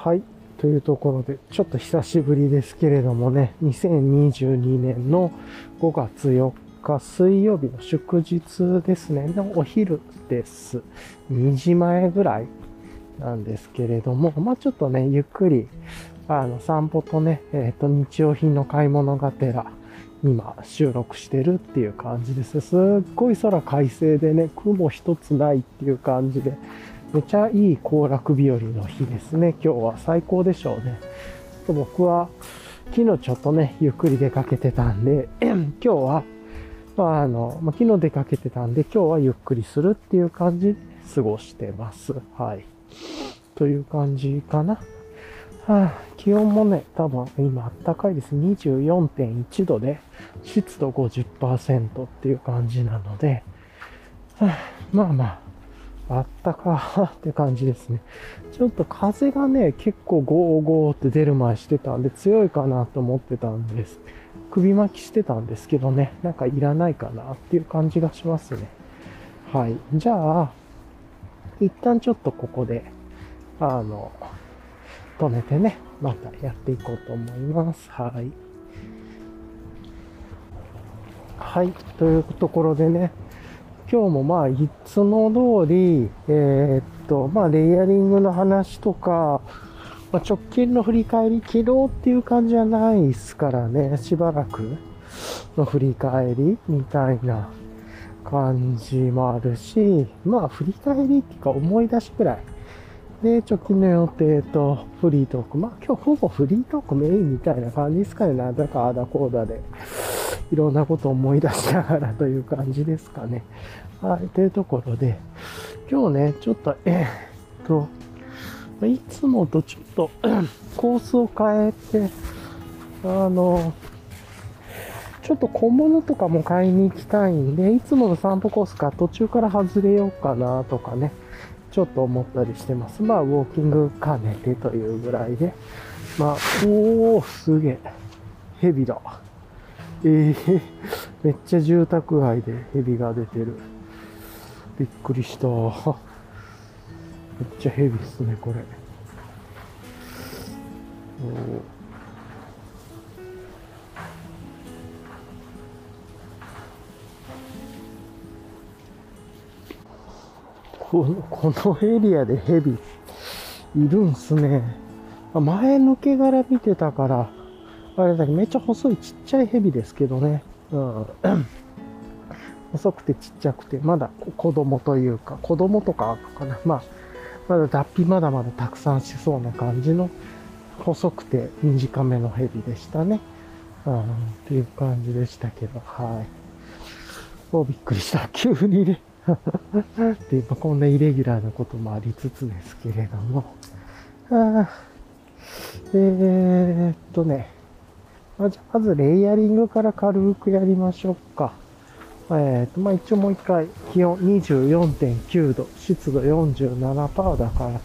はい。というところで、ちょっと久しぶりですけれどもね、2022年の5月4日水曜日の祝日ですね、のお昼です。2時前ぐらいなんですけれども、まあちょっとね、ゆっくり、散歩とね、日用品の買い物がてら、今収録してるっていう感じです。すっごい空快晴でね、雲一つないっていう感じで、めちゃいい行楽日和の日ですね。今日は最高でしょうね。僕は昨日ちょっとね、ゆっくり出かけてたんで、今日は、昨日出かけてたんで、今日はゆっくりするっていう感じで過ごしてます。はい。という感じかな。気温もね、多分今暖かいです。24.1度で、湿度50%っていう感じなので、まあまあ、あったかって感じですね。ちょっと風がね、結構ゴーゴーって出る前してたんで強いかなと思ってたんです。首巻きしてたんですけどね、なんかいらないかなっていう感じがしますね。はい。じゃあ、一旦ちょっとここで、止めてね、またやっていこうと思います。はい。はい。というところでね、今日もまあ、いつも通り、レイヤリングの話とか、直近の振り返り、昨日っていう感じじゃないですからね、しばらくの振り返りみたいな感じもあるし、まあ、振り返りっていうか思い出しくらい。で、直近の予定とフリートーク。まあ、今日ほぼフリートークメインみたいな感じですかね。なんだかあだこうだで。いろんなことを思い出しながらという感じですかね。はい。というところで、今日ね、ちょっと、いつもとちょっとコースを変えて、ちょっと小物とかも買いに行きたいんで、いつもの散歩コースから途中から外れようかなとかね、ちょっと思ったりしてます。まあ、ウォーキング兼ねてというぐらいで。まあ、すげえ。ヘビだ。めっちゃ住宅街でヘビが出てる。びっくりした。めっちゃヘビっすね、これ。このエリアでヘビいるんすね。前抜け殻見てたから、あれだけどめっちゃ細いちっちゃいヘビですけどね。うん。細くてちっちゃくて、まだ子供というか、子供とかかな。まあ、まだ脱皮まだまだたくさんしそうな感じの、細くて短めのヘビでしたね。っていう感じでしたけど、はい。びっくりした。急にね。で、こんなイレギュラーなこともありつつですけれども。ね。じゃあまずレイヤリングから軽くやりましょうか。一応もう一回、気温24.9度、湿度47%だから、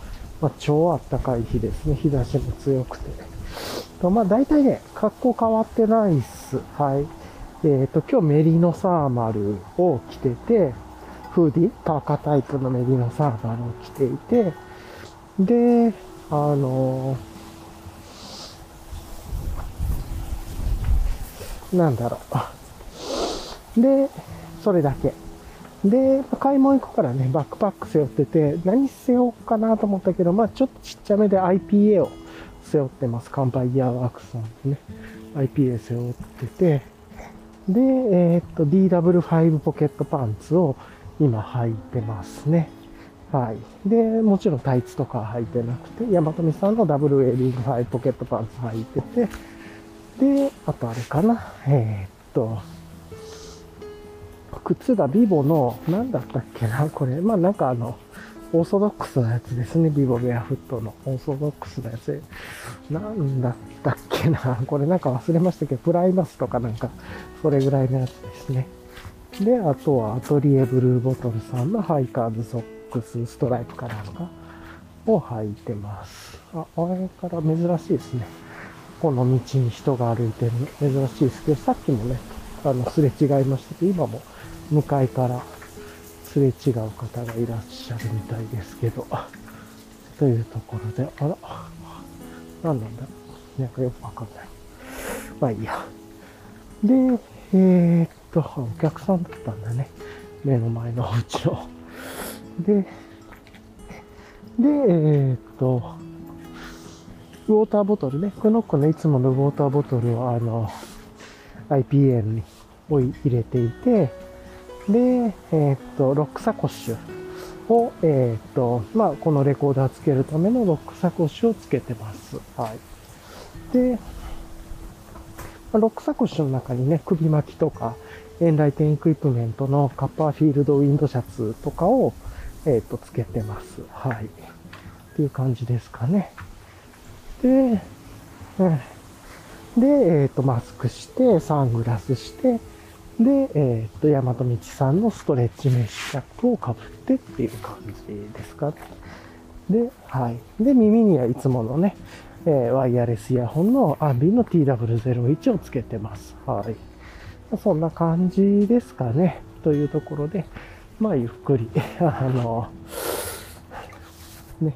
超あったかい日ですね。日差しも強くて。大体ね、格好変わってないっす。はい。今日メリノサーマルを着てて、フーディパーカータイプのメリノサーマルを着ていて、で、なんだろう。で、それだけ。で、買い物行くからね、バックパック背負ってて、何背負おうかなと思ったけど、ちょっとちっちゃめで IPA を背負ってます。カンパイヤーワークさんでね。IPA 背負ってて、で、DW5 ポケットパンツを今履いてますね。はい。で、もちろんタイツとか履いてなくて、ヤマトミさんの WA5 ポケットパンツ履いてて、で、あとあれかな。靴がビボの、なんだったっけな、これ。オーソドックスなやつですね。ビボベアフットのオーソドックスなやつ。なんだったっけな。これ忘れましたけど、プライマスとかそれぐらいのやつですね。で、あとはアトリエブルーボトルさんのハイカーズソックスストライプかなんかを履いてます。あれから珍しいですね。この道に人が歩いてるの珍しいですけど、さっきもね、すれ違いましたけど、今も向かいからすれ違う方がいらっしゃるみたいですけど、というところで、 何なんだろう。なんかよくわかんない。まあいいや。で、お客さんだったんだね。目の前のお家の。で、ウォーターボトルね。クノックのいつものウォーターボトルをIPA に入れていて、で、ロックサコッシュを、このレコーダーつけるためのロックサコッシュをつけてます。はい。で、ロックサコッシュの中にね、首巻きとか、エンライテンエクイプメントのカッパーフィールドウィンドシャツとかを、つけてます。はい。っていう感じですかね。で、マスクして、サングラスして、で、大和道さんのストレッチメッシュキャップをかぶってっていう感じですかね。で、はい。で、耳にはいつものね、ワイヤレスイヤホンのアンビの TW01 をつけてます。はい。そんな感じですかね。というところで、まあ、ゆっくり、ね、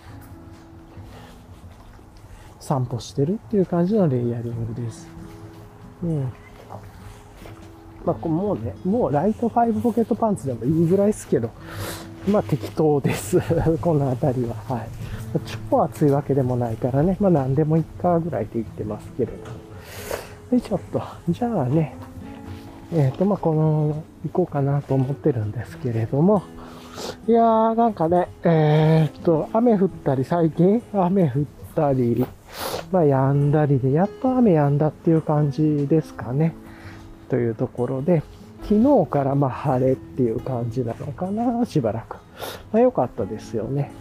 散歩してるっていう感じのレイヤリングです。うん。まあ、もうね、もうライト5ポケットパンツでもいいぐらいですけど、まあ適当です。このあたりは。はい。超暑いわけでもないからね、まあ何でもいっかぐらいで言ってますけれど。で、ちょっと、じゃあね、行こうかなと思ってるんですけれども、いやー、なんかね、雨降ったり、最近雨降ったり、まあ止んだりで、やっと雨止んだっていう感じですかね。というところで、昨日からまあ晴れっていう感じなのかな、しばらく。まあ良かったですよね。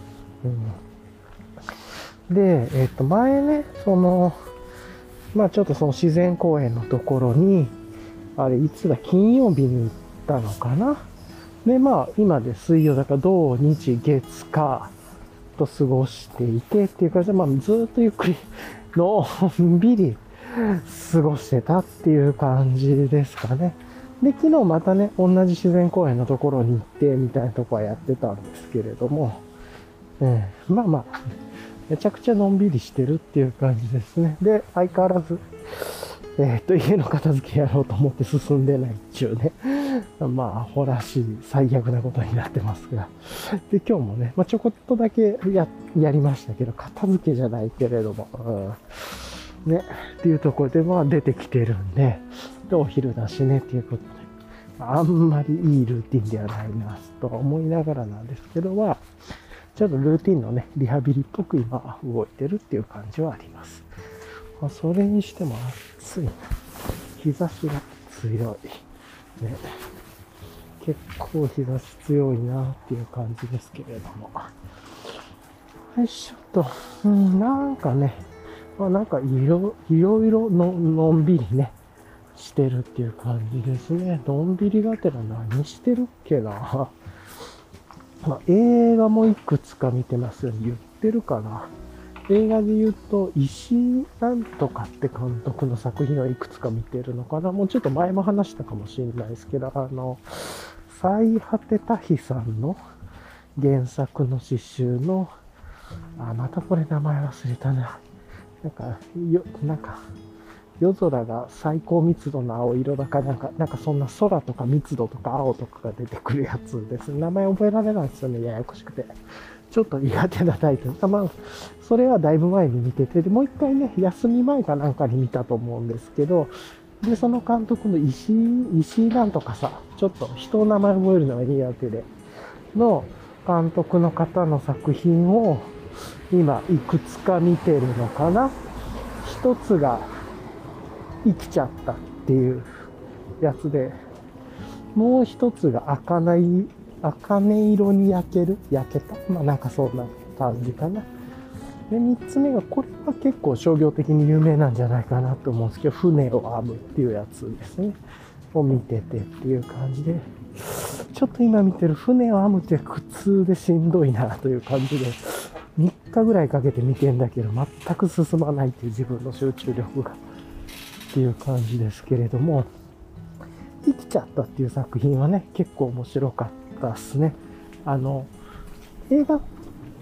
うん、で、前ね、まあちょっとその自然公園のところに、あれ、いつだ、金曜日に行ったのかな。で、まあ今で水曜だから土日月火と過ごしていてっていう感じで、まあずっとゆっくりのんびり過ごしてたっていう感じですかね。で、昨日またね、同じ自然公園のところに行ってみたいなとこはやってたんですけれども、まあまあ、めちゃくちゃのんびりしてるっていう感じですね。で、相変わらず、家の片付けやろうと思って進んでないっていうね。まあ、アホらしい最悪なことになってますが。で、今日もね、まあちょこっとだけやりましたけど、片付けじゃないけれども、ね、っていうところで、まあ出てきてるんで、お昼だしね、っていうことで、あんまりいいルーティンではないな、と思いながらなんですけど、まあ、ちょっとルーティンのね、リハビリっぽく今動いてるっていう感じはあります。まあ、それにしても暑いな。日差しが強い。ね。結構日差し強いなっていう感じですけれども。よいしょっと、なんかね、まあなんかいろいろのんびりね、してるっていう感じですね。のんびりがてら何してるっけな。まあ、映画もいくつか見てますよ。言ってるかな。映画で言うと、石井なんとかって監督の作品はいくつか見てるのかな。もうちょっと前も話したかもしれないですけど、最果てた日さんの原作の詩集の、またこれ名前忘れたな。なんか、夜空が最高密度の青色だかなんかそんな空とか密度とか青とかが出てくるやつです。名前覚えられないですよね。ややこしくて。ちょっと苦手なタイトル。まあ、それはだいぶ前に見てて、で、もう一回ね、休み前かなんかに見たと思うんですけど、で、その監督の石井なんとかさ、ちょっと人の名前覚えるのが苦手で、の監督の方の作品を今いくつか見てるのかな。一つが生きちゃったっていうやつで、もう一つが茜色に焼けたまあなんかそんな感じかな。で、三つ目が、これは結構商業的に有名なんじゃないかなと思うんですけど、船を編むっていうやつですね。を見ててっていう感じで、ちょっと今見てる船を編むって苦痛でしんどいなという感じで、3日ぐらいかけて見てんだけど、全く進まないっていう自分の集中力がっていう感じですけれども、生きちゃったっていう作品はね、結構面白かったですね。映画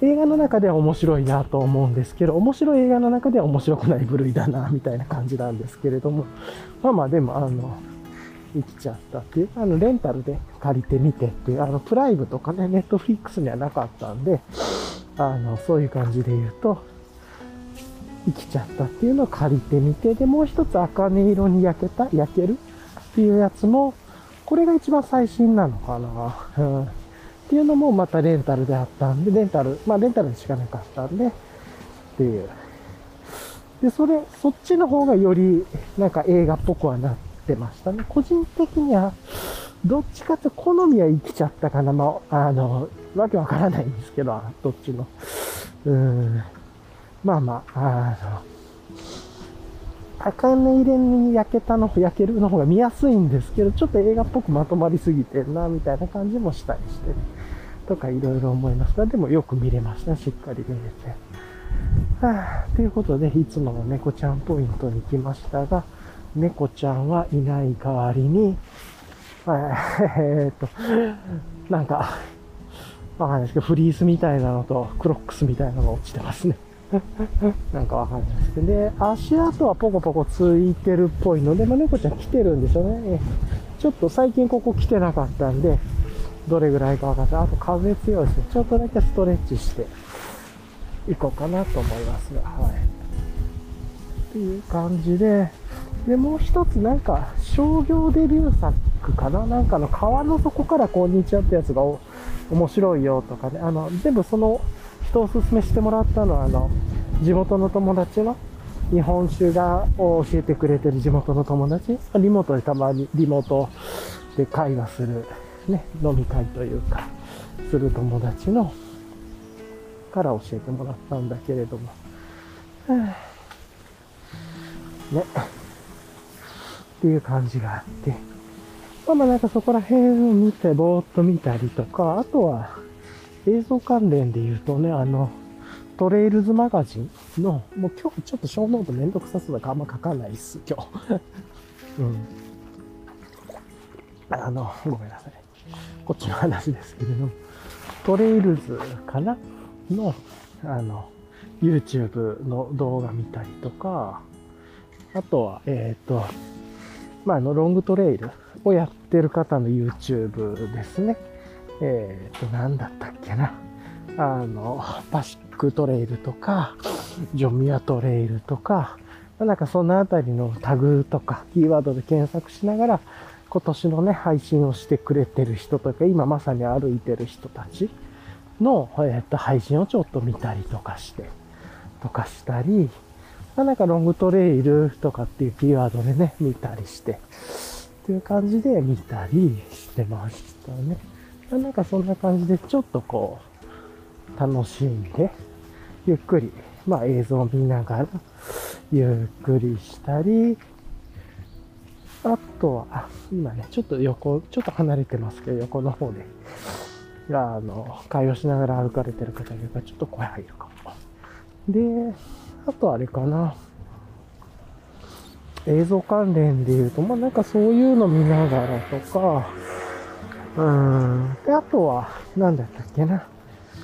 映画の中では面白いなと思うんですけど、面白い映画の中では面白くない部類だな、みたいな感じなんですけれども、まあまあでも、生きちゃったっていう、レンタルで借りてみてっていう、プライムとかね、ネットフリックスにはなかったんで、そういう感じで言うと、生きちゃったっていうのを借りてみて、で、もう一つ茜色に焼けるっていうやつも、これが一番最新なのかな。っていうのもまたレンタルであったんで、レンタルでしかなかったんで、っていう。で、そっちの方がよりなんか映画っぽくはなってましたね。個人的には、どっちかと好みは生きちゃったかな。まあ、わけわからないんですけど、どっちの。まあまあ、茜色に焼けるの方が見やすいんですけど、ちょっと映画っぽくまとまりすぎてんな、みたいな感じもしたりして、とかいろいろ思いますが、でもよく見れましたね、しっかり見れて。ということで、いつもの猫ちゃんポイントに来ましたが、猫ちゃんはいない代わりに、なんか、わかんないですけど、フリースみたいなのと、クロックスみたいなのが落ちてますね。なんかわかんないですけど、で、足跡はポコポコついてるっぽいので、まあ、猫ちゃん来てるんでしょうね。ちょっと最近ここ来てなかったんで、どれぐらいかわかんない。あと風強いですね。ちょっとだけストレッチしていこうかなと思いますが、はい。っていう感じで、で、もう一つなんか商業デビュー作かな、なんかの川の底からこんにちはってやつが面白いよとかね、全部その人をおすすめしてもらったのは、地元の友達の日本酒を教えてくれてる地元の友達、リモートで会話する、ね、飲み会というか、する友達の、から教えてもらったんだけれども、ね、っていう感じがあって、まあなんかそこら辺を見て、ぼーっと見たりとか、あとは映像関連で言うとね、トレイルズマガジンの、もう今日ちょっとショーノートめんどくさそうだからあんま書かないっす、今日。ごめんなさい。こっちの話ですけれども、トレイルズかなの、YouTube の動画見たりとか、あとは、ロングトレイルをやってる方の YouTube ですね。なんだったっけな。パシックトレイルとか、ジョミアトレイルとか、なんかそのあたりのタグとか、キーワードで検索しながら、今年のね、配信をしてくれてる人とか、今まさに歩いてる人たちの、配信をちょっと見たりとかしたり、なんかロングトレイルとかっていうキーワードでね、見たりして、っていう感じで見たりしてましたね。なんかそんな感じでちょっとこう、楽しんで、ゆっくり、映像を見ながら、ゆっくりしたり、あとは、今ね、ちょっと離れてますけど、横の方で、会話しながら歩かれてる方がいるから、ちょっと声入るかも。で、あとあれかな。映像関連で言うと、なんかそういうの見ながらとか、で、あとは、なんだったっけな。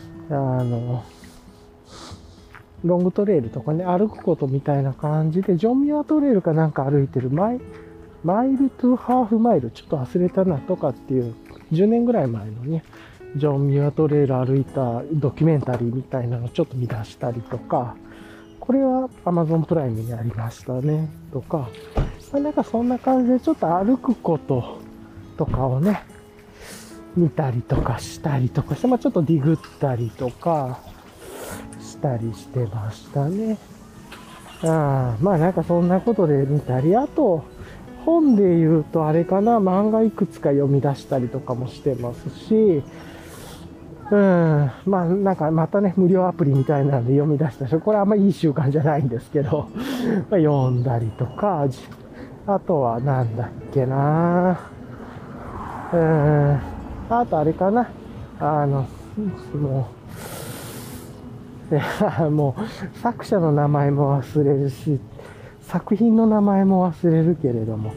ロングトレイルとかね、歩くことみたいな感じで、ジョンミュアトレイルかなんか歩いてるマイルトゥハーフマイル、ちょっと忘れたなとかっていう、10年ぐらい前のね、ジョンミュアトレイル歩いたドキュメンタリーみたいなのちょっと見出したりとか、これは Amazon プライムにありましたね、とか、なんかそんな感じでちょっと歩くこととかをね、見たりとかしたりとかして、ちょっとディグったりとかしたりしてましたね。なんかそんなことで見たり、あと、本で言うとあれかな、漫画いくつか読み出したりとかもしてますし、なんかまたね、無料アプリみたいなんで読み出したし、これあんまいい習慣じゃないんですけど、読んだりとか、あとはなんだっけな、あとあれかな、もう作者の名前も忘れるし、作品の名前も忘れるけれども、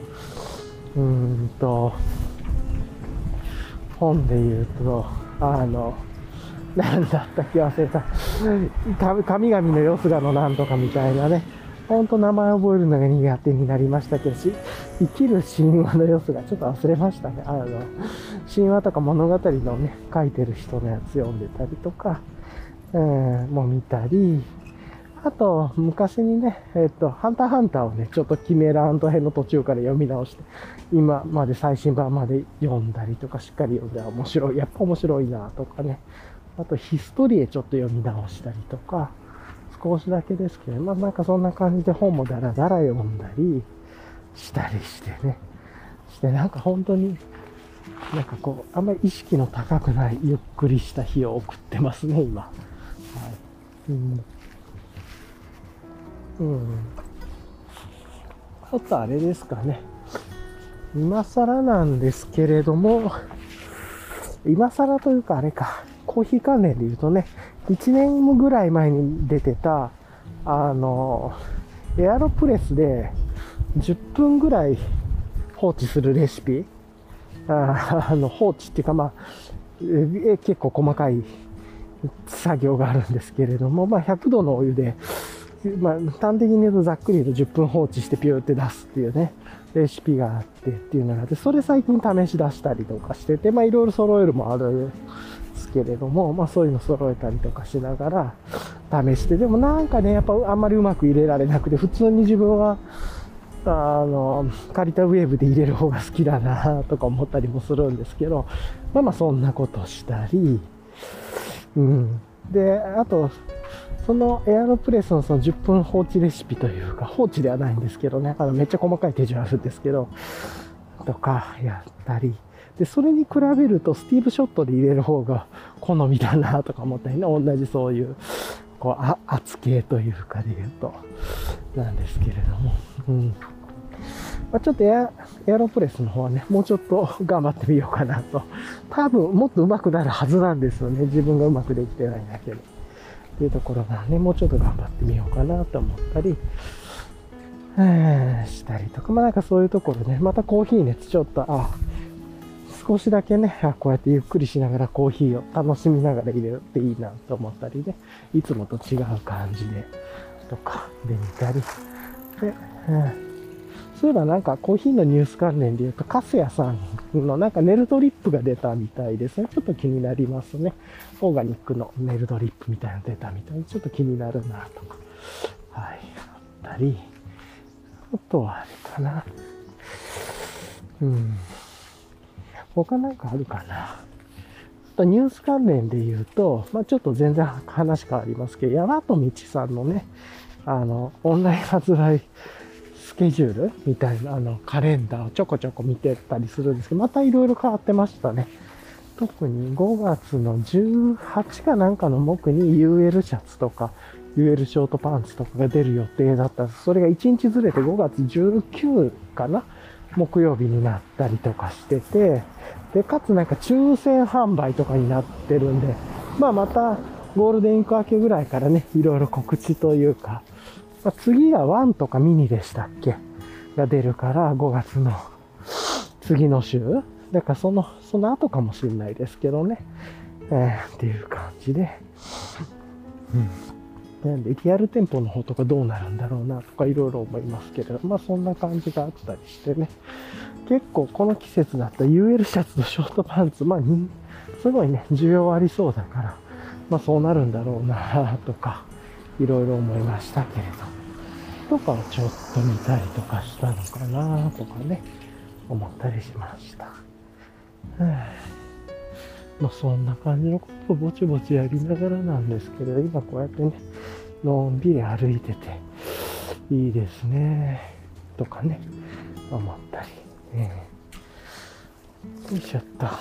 本で言うと、 なんだったっけ忘れた。神々のよすがのなんとかみたいなね。ほんと名前覚えるのが苦手になりましたけど、生きる神話のよすがちょっと忘れましたね。神話とか物語のね、書いてる人のやつ読んでたりとか、もう見たり、あと、昔にね、ハンターハンターをね、ちょっとキメラアント編の途中から読み直して、今まで最新版まで読んだりとか、しっかり読んで面白い、やっぱ面白いなとかね。あと、ヒストリエちょっと読み直したりとか、少しだけですけど、まあなんかそんな感じで本もダラダラ読んだりしたりしてね。してなんか本当に、なんかこう、あんまり意識の高くないゆっくりした日を送ってますね、今。はい。あとあれですかね。今更なんですけれども、今更というかあれか、コーヒー関連で言うとね、1年ぐらい前に出てた、エアロプレスで10分ぐらい放置するレシピ、放置っていうか結構細かい作業があるんですけれども、100度のお湯で、端的に言うとざっくり言うと10分放置してピューって出すっていうね、レシピがあってっていうのがあって、それ最近試し出したりとかしてて、いろいろ揃えるもあるんですけれども、そういうの揃えたりとかしながら試して、でもなんかね、やっぱあんまりうまく入れられなくて、普通に自分は、借りたウェーブで入れる方が好きだなとか思ったりもするんですけど、そんなことしたり、で、あと、そのエアロプレスのその10分放置レシピというか、放置ではないんですけどね、めっちゃ細かい手順あるんですけど、とかやったり、で、それに比べるとスティーブショットで入れる方が好みだなとか思ったりね、同じそういう、こう、圧系というかで言うと、なんですけれども、ちょっとエアロプレスの方はね、もうちょっと頑張ってみようかなと。多分もっと上手くなるはずなんですよね。自分がうまくできてないだけで。っていうところなんで、もうちょっと頑張ってみようかなと思ったり、したりとか、なんかそういうところね、またコーヒー熱ちょっと、少しだけね、こうやってゆっくりしながらコーヒーを楽しみながら入れるっていいなと思ったりね、いつもと違う感じで、とかで見たり。で、そういえばなんかコーヒーのニュース関連で言うと、カスヤさんのなんかネルドリップが出たみたいですね。ちょっと気になりますね。オーガニックのネルドリップみたいなの出たみたいで、ちょっと気になるなとか。はい。あったり。あとはあれかな。他なんかあるかな。あとニュース関連で言うと、ちょっと全然話変わりますけど、大和道さんのね、オンライン発売スケジュールみたいなカレンダーをちょこちょこ見てたりするんですけど、またいろいろ変わってましたね。特に5月の18かなんかの木に UL シャツとか UL ショートパンツとかが出る予定だったんです。それが1日ずれて5月19かな木曜日になったりとかしてて、で、かつなんか抽選販売とかになってるんで、またゴールデンウィーク明けぐらいからね、いろいろ告知というか、次が1とかミニでしたっけが出るから5月の次の週だからその後かもしれないですけどね、っていう感じで、なんでリアル店舗の方とかどうなるんだろうなとかいろいろ思いますけれど、そんな感じがあったりしてね、結構この季節だったら UL シャツとショートパンツ、すごいね需要ありそうだから、そうなるんだろうなとかいろいろ思いましたけれど、とかをちょっと見たりとかしたのかなとかね思ったりしました。そんな感じのことをぼちぼちやりながらなんですけれど、今こうやってねのんびり歩いてていいですねとかね思ったり、よいしょっと、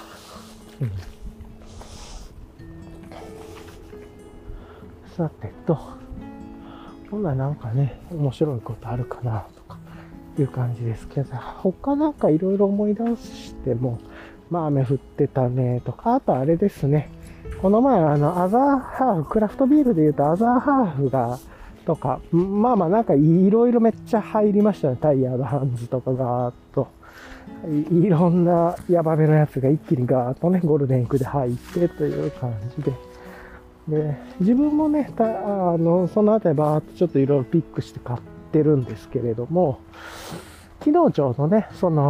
さてと、ほんならなんかね面白いことあるかなとかいう感じですけど、他なんかいろいろ思い出しても、雨降ってたねとか、あとあれですね、この前アザーハーフ、クラフトビールで言うとアザーハーフがとか、なんかいろいろめっちゃ入りましたね。タイヤのハンズとかガーッといろんなヤバめのやつが一気にガーッとねゴールデンウィークで入ってという感じで、 で、自分もね、そのあたりバーっとちょっといろいろピックして買ってるんですけれども、昨日ちょうどね、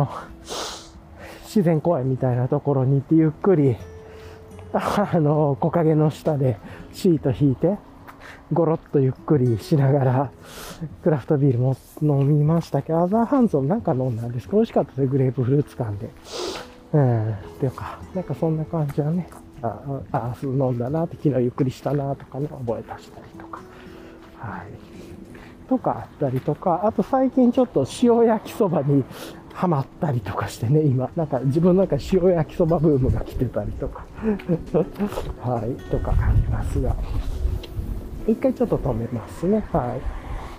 自然公園みたいなところに行ってゆっくり、木陰の下でシート引いて、ゴロッとゆっくりしながら、クラフトビールも飲みましたけど、アザーハンズをなんか飲んだんですけど、美味しかったです。グレープフルーツ感で。っていうか、なんかそんな感じはね、飲んだなって、昨日ゆっくりしたなとかね、覚えたしたりとか。はい。とかあったりとか、あと最近ちょっと塩焼きそばにハマったりとかしてね、今、なんか自分の中で塩焼きそばブームが来てたりとか、はい、とかありますが、一回ちょっと止めますね、はい。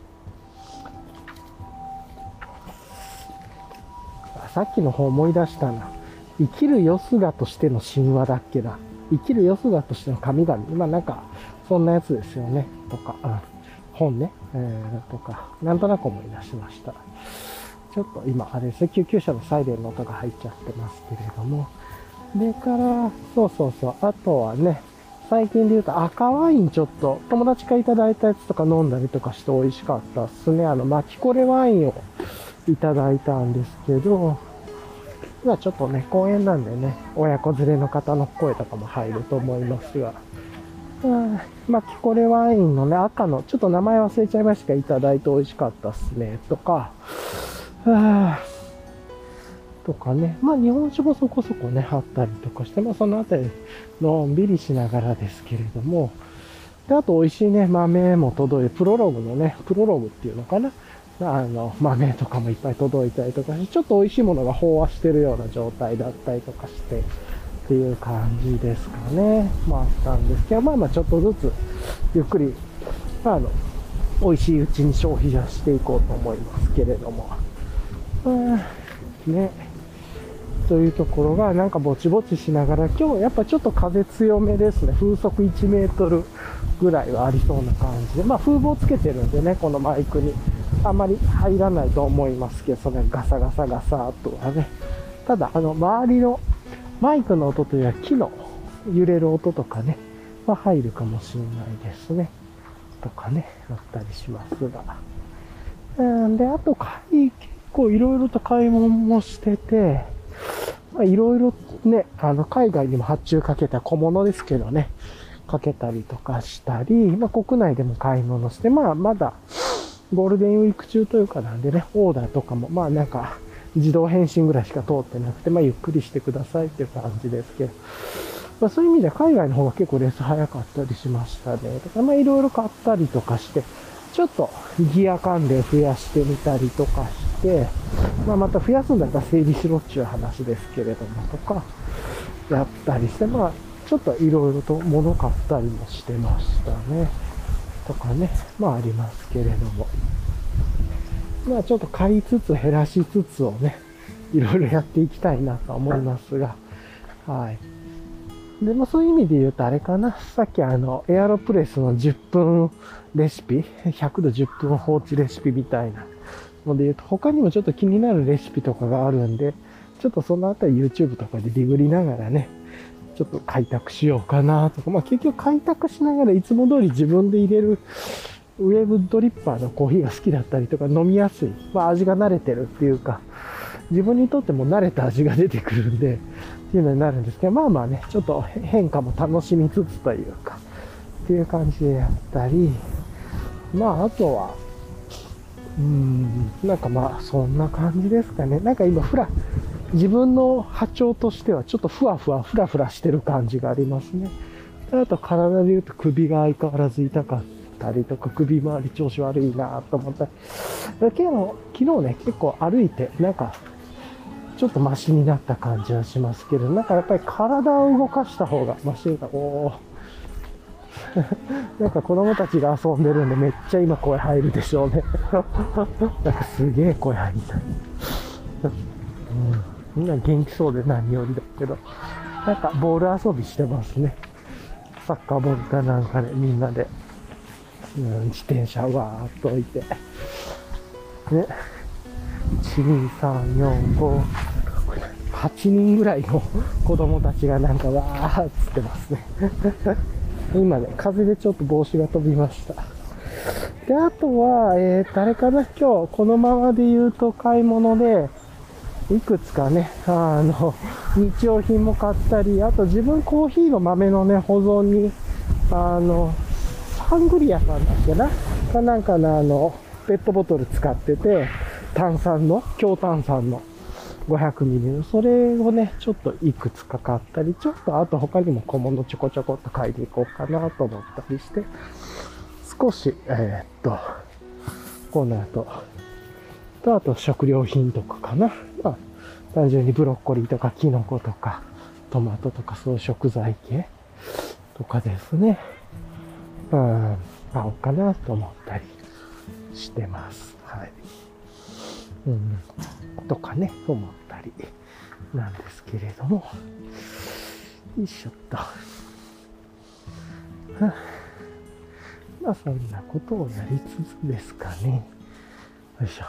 さっきの方思い出したな。生きるよすがとしての神話だっけな。生きるよすがとしての神々。まあなんか、そんなやつですよね。とか、本ね。とか、なんとなく思い出しました。ちょっと今、あれですね、救急車のサイレンの音が入っちゃってますけれども。でから、あとはね、最近で言うと赤ワインちょっと、友達からいただいたやつとか飲んだりとかして美味しかったっすね。マキコレワインをいただいたんですけど、今ちょっとね、公園なんでね、親子連れの方の声とかも入ると思いますが、マキコレワインのね、赤の、ちょっと名前忘れちゃいましたが、いただいて美味しかったっすね、とか、とかね、まあ日本酒もそこそこね、あったりとかして、まあそのあたり、のんびりしながらですけれども、で、あと美味しいね、豆も届いて、プロローグっていうのかな、豆とかもいっぱい届いたりとかして、ちょっと美味しいものが飽和してるような状態だったりとかして、っていう感じですかね。まあ、あったんですけど、まあちょっとずつ、ゆっくり、美味しいうちに消費していこうと思いますけれども。ね。というところが、なんかぼちぼちしながら、今日やっぱちょっと風強めですね。風速1メートルぐらいはありそうな感じで。まあ風防つけてるんでね、このマイクに。あまり入らないと思いますけど、それガサガサガサとはね。ただ、周りのマイクの音というのは木の揺れる音とかね、は入るかもしれないですね。とかね、あったりしますが。で、あと、結構いろいろと買い物もしてて、まあいろいろね、海外にも発注かけた小物ですけどね、かけたりとかしたり、まあ国内でも買い物して、まあまだ、ゴールデンウィーク中というかなんでね、オーダーとかも、まあなんか、自動返信ぐらいしか通ってなくて、まあゆっくりしてくださいっていう感じですけど、まあそういう意味では海外の方が結構レース早かったりしましたね。とか、まあいろいろ買ったりとかして、ちょっとギア関連増やしてみたりとかして、まあまた増やすんだったら整理しろっていう話ですけれどもとか、やったりして、まあちょっといろいろと物買ったりもしてましたね。とかね、まあありますけれども。まあちょっと買いつつ減らしつつをね、いろいろやっていきたいなと思いますが、はい。でもそういう意味で言うとあれかな、さっきエアロプレスの10分レシピ、100度10分放置レシピみたいなので言うと、他にもちょっと気になるレシピとかがあるんで、ちょっとそのあたり YouTube とかでディグりながらね、ちょっと開拓しようかなとか、まあ結局開拓しながらいつも通り自分で入れるウェーブドリッパーのコーヒーが好きだったりとか飲みやすい、まあ味が慣れてるっていうか、自分にとっても慣れた味が出てくるんで、っていうのになるんですけど、まあまあね、ちょっと変化も楽しみつつというか、っていう感じでやったり、まああとは、なんかまあそんな感じですかね。なんか今自分の波長としてはちょっとふらふらしてる感じがありますね。あと体で言うと首が相変わらず痛かったりとか、首周り調子悪いなと思ったり。だけど昨日ね、結構歩いて、なんか、ちょっとマシになった感じはしますけど、なんかやっぱり体を動かした方がマシだ。なんか子供たちが遊んでるんでめっちゃ今声入るでしょうね。なんかすげえ声入りたい。みんな元気そうで何よりだけど、なんかボール遊びしてますね。サッカーボールかなんかでみんなで、自転車わーっと置いて。ね。1、2、3、4、5、8人ぐらいの子供たちがなんかわーっつってますね。 今ね、風でちょっと帽子が飛びました。で、あとは、あれかな、今日、このままで言うと買い物で、いくつかね、日用品も買ったり、あと自分コーヒーの豆のね、保存に、ハングリアさんだっけなかなんかの、ペットボトル使ってて、強炭酸の500ミリの、それをね、ちょっといくつか買ったり、ちょっとあと他にも小物ちょこちょこっと買いに行こうかなと思ったりして、少し、この後、あと食料品とかかな。まあ、単純にブロッコリーとかキノコとかトマトとかそういう食材系とかですね。買おうかなと思ったりしてます。はい。とかね、思ったりなんですけれども。よいしょっと。まあそんなことをやりつつですかね。よいしょ。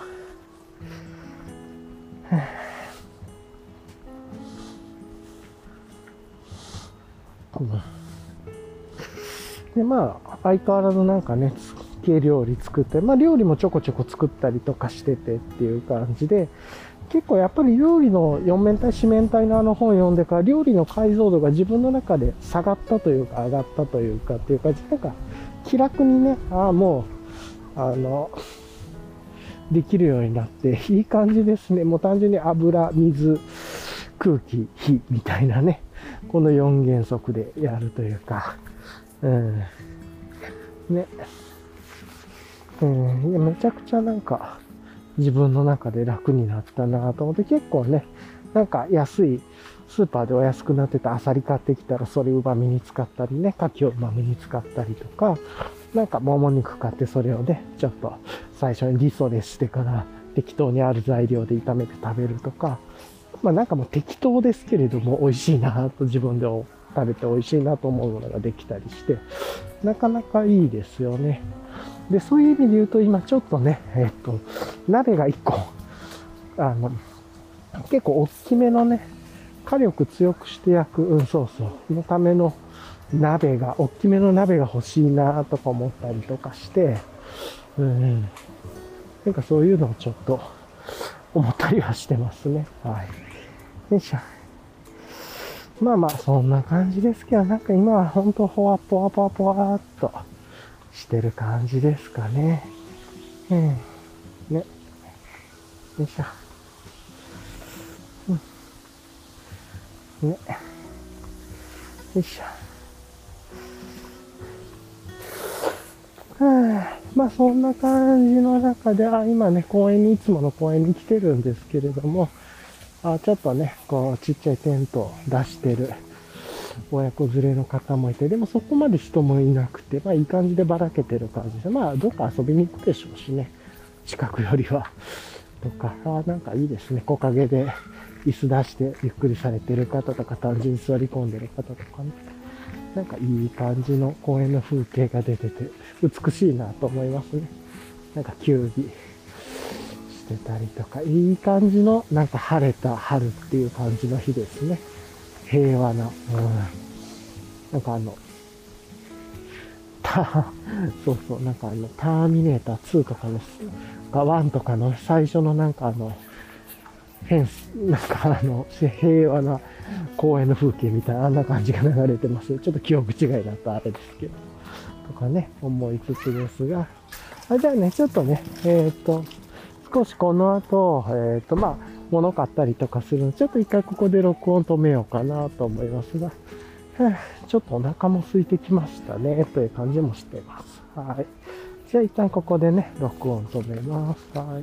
で、まあ、相変わらずなんかね、系料理作って、まあ料理もちょこちょこ作ったりとかしててっていう感じで、結構やっぱり料理の4面体、4面体の本読んでから料理の解像度が自分の中で下がったというか上がったというかっていう感じ、なんか気楽にね、もう、できるようになっていい感じですね。もう単純に油、水、空気、火みたいなね、この4原則でやるというか、ね。めちゃくちゃなんか自分の中で楽になったなと思って、結構ね、なんか安いスーパーでお安くなってたアサリ買ってきたらそれ旨味に使ったりね、牡蠣を旨味に使ったりとか、なんかもも肉買ってそれをね、ちょっと最初にリソレしてから適当にある材料で炒めて食べるとか、まあなんかもう適当ですけれども美味しいなと自分で食べて美味しいなと思うものができたりして、なかなかいいですよね。で、そういう意味で言うと今ちょっとね、鍋が1個、結構大きめのね、火力強くして焼く、のための鍋が、大きめの鍋が欲しいなとか思ったりとかして、なんかそういうのをちょっと思ったりはしてますね。はい。よいしょ。まあまあ、そんな感じですけど、なんか今はほんとポワーっとしてる感じですかね。ね。よいしょ。ね。よいしょ。まあそんな感じの中で、今ね、いつもの公園に来てるんですけれども、ちょっとね、こう、ちっちゃいテントを出してる親子連れの方もいて、でもそこまで人もいなくて、まあいい感じでばらけてる感じで、まあどっか遊びに行くでしょうしね、近くよりは。とか、なんかいいですね、木陰で椅子出してゆっくりされてる方とか、単純に座り込んでる方とかね、なんかいい感じの公園の風景が出てて、美しいなと思いますね。なんか球技してたりとか、いい感じの、なんか晴れた春っていう感じの日ですね。平和な、なんかなんかターミネーター2とかの、1とかの最初のなんかフェンス、なんか平和な公園の風景みたいな、あんな感じが流れてます。ちょっと記憶違いだとあれですけど。とかね、思いつつですが。じゃあね、ちょっとね、少しこの後、まあ、物買ったりとかするので、ちょっと一回ここで録音止めようかなと思いますが、ちょっとお腹も空いてきましたね、という感じもしてます。はい。じゃあ一旦ここでね、録音止めます。はい。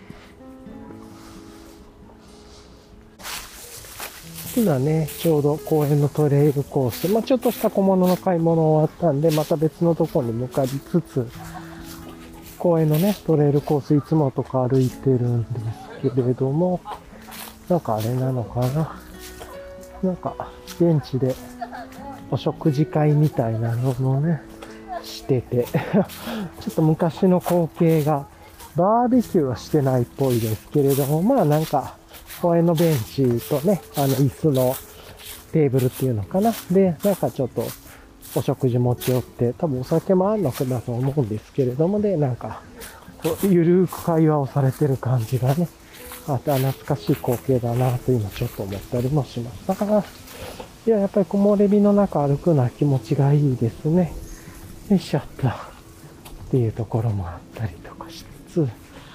今ね、ちょうど公園のトレイルコース、まあちょっとした小物の買い物終わったんで、また別のところに向かいつつ、公園のね、トレイルコースいつもとか歩いてるんですけれども、なんかあれなのかな。なんか、現地でお食事会みたいなのもね、してて、ちょっと昔の光景が、バーベキューはしてないっぽいですけれども、まあなんか、公園のベンチとね、椅子のテーブルっていうのかな。で、なんかちょっと、 お食事持ち寄って、多分お酒もあるのかだと思うんですけれども、で、なんか、ゆるーく会話をされてる感じがね、あと懐かしい光景だなと今ちょっと思ったりもします。だから、いや、やっぱり木漏れ日の中歩くのは気持ちがいいですね。よいしょっと。っていうところもあったりとかしつつ、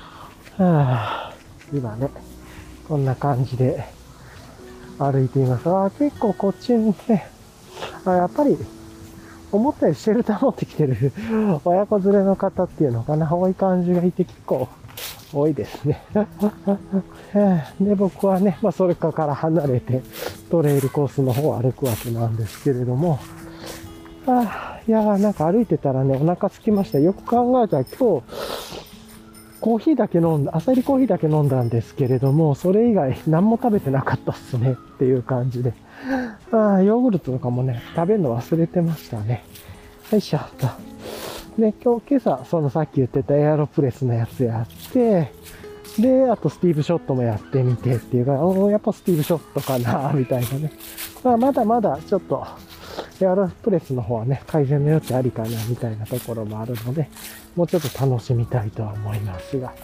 今ね、こんな感じで歩いています。結構こっちにね、やっぱり思ったよりシェルター持ってきてる親子連れの方っていうのかな、多い感じがいて結構多いですね。で、僕はね、それから離れてトレイルコースの方を歩くわけなんですけれども、いやーなんか歩いてたらね、お腹空きました。よく考えたら今日、コーヒーだけ飲んだ、朝入りコーヒーだけ飲んだんですけれども、それ以外何も食べてなかったっすねっていう感じで。ヨーグルトとかもね、食べるの忘れてましたね。よいしょっと。で、今朝、さっき言ってたエアロプレスのやつやって、で、あとスティーブショットもやってみてっていうか、やっぱスティーブショットかな、みたいなね。まだまだちょっと、エアロプレスの方はね、改善の余地ありかな、みたいなところもあるので、もうちょっと楽しみたいとは思いますが、はい、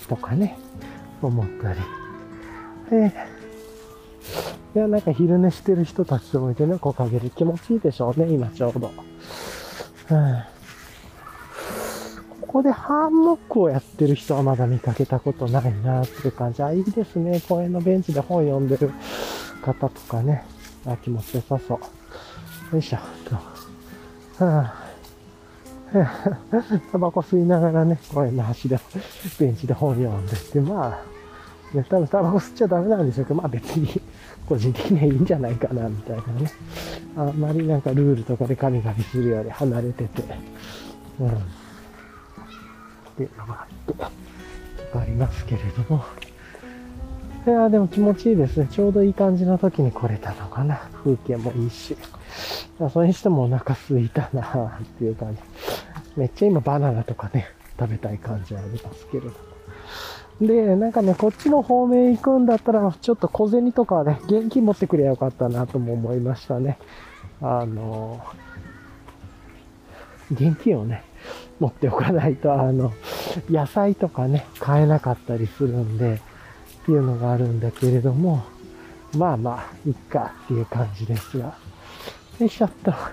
とかね、思ったり。いや、なんか昼寝してる人たちともいてね、木陰で気持ちいいでしょうね、今ちょうど。ここでハンモックをやってる人はまだ見かけたことないなっていう感じ。いいですね。公園のベンチで本読んでる方とかね。気持ちよさそう。よいしょ。タバコ吸いながらね、公園の端でベンチで本読んでて、ね、多分タバコ吸っちゃダメなんでしょうけど、別に個人的にはいいんじゃないかな、みたいなね。あんまりなんかルールとかでガミガミするより離れてて、っていうのがありますけれども。いやでも気持ちいいですね。ちょうどいい感じの時に来れたのかな。風景もいいし。それにしてもお腹空いたなっていう感じ。めっちゃ今バナナとかね、食べたい感じはありますけれども。で、なんかね、こっちの方面行くんだったら、ちょっと小銭とかね、現金持ってくればよかったなとも思いましたね。現金をね、持っておかないと、野菜とかね、買えなかったりするんで、っていうのがあるんだけれども、いっかっていう感じですが。よいしょっと。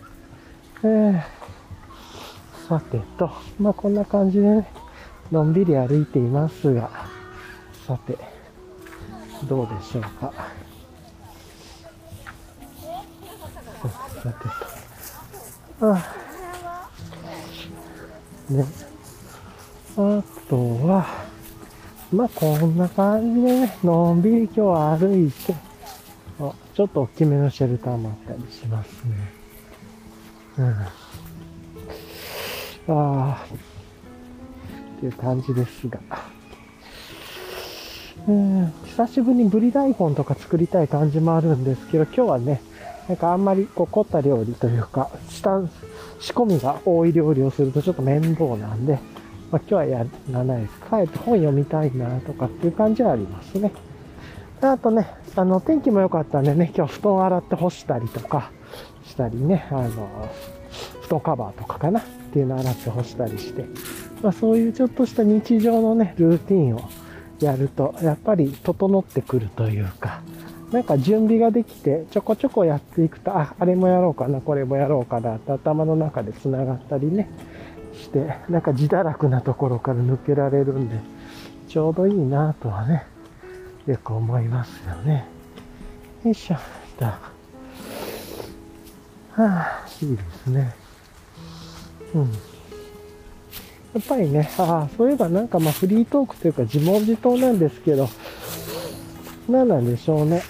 さてと、こんな感じでね、のんびり歩いていますが、さて、どうでしょうか。さてと。ね。あとは、こんな感じでね、のんびり今日は歩いて、ちょっと大きめのシェルターもあったりしますね。っていう感じですが。久しぶりにブリ大根とか作りたい感じもあるんですけど、今日はね、なんかあんまり凝った料理というか、仕込みが多い料理をするとちょっと面倒なんで、今日はやらないです。帰って本読みたいなとかっていう感じはありますね。あとね、天気も良かったんでね、今日布団洗って干したりとかしたりね、布団カバーとかかなっていうのを洗って干したりして、そういうちょっとした日常のね、ルーティンをやると、やっぱり整ってくるというか、なんか準備ができて、ちょこちょこやっていくと、あれもやろうかな、これもやろうかなって頭の中で繋がったりね、して、なんか自堕落なところから抜けられるんで、ちょうどいいなとはね、よく思いますよね。よいしょ。いいですね。やっぱりね、そういえばなんかフリートークというか自問自答なんですけど、何なんでしょうね。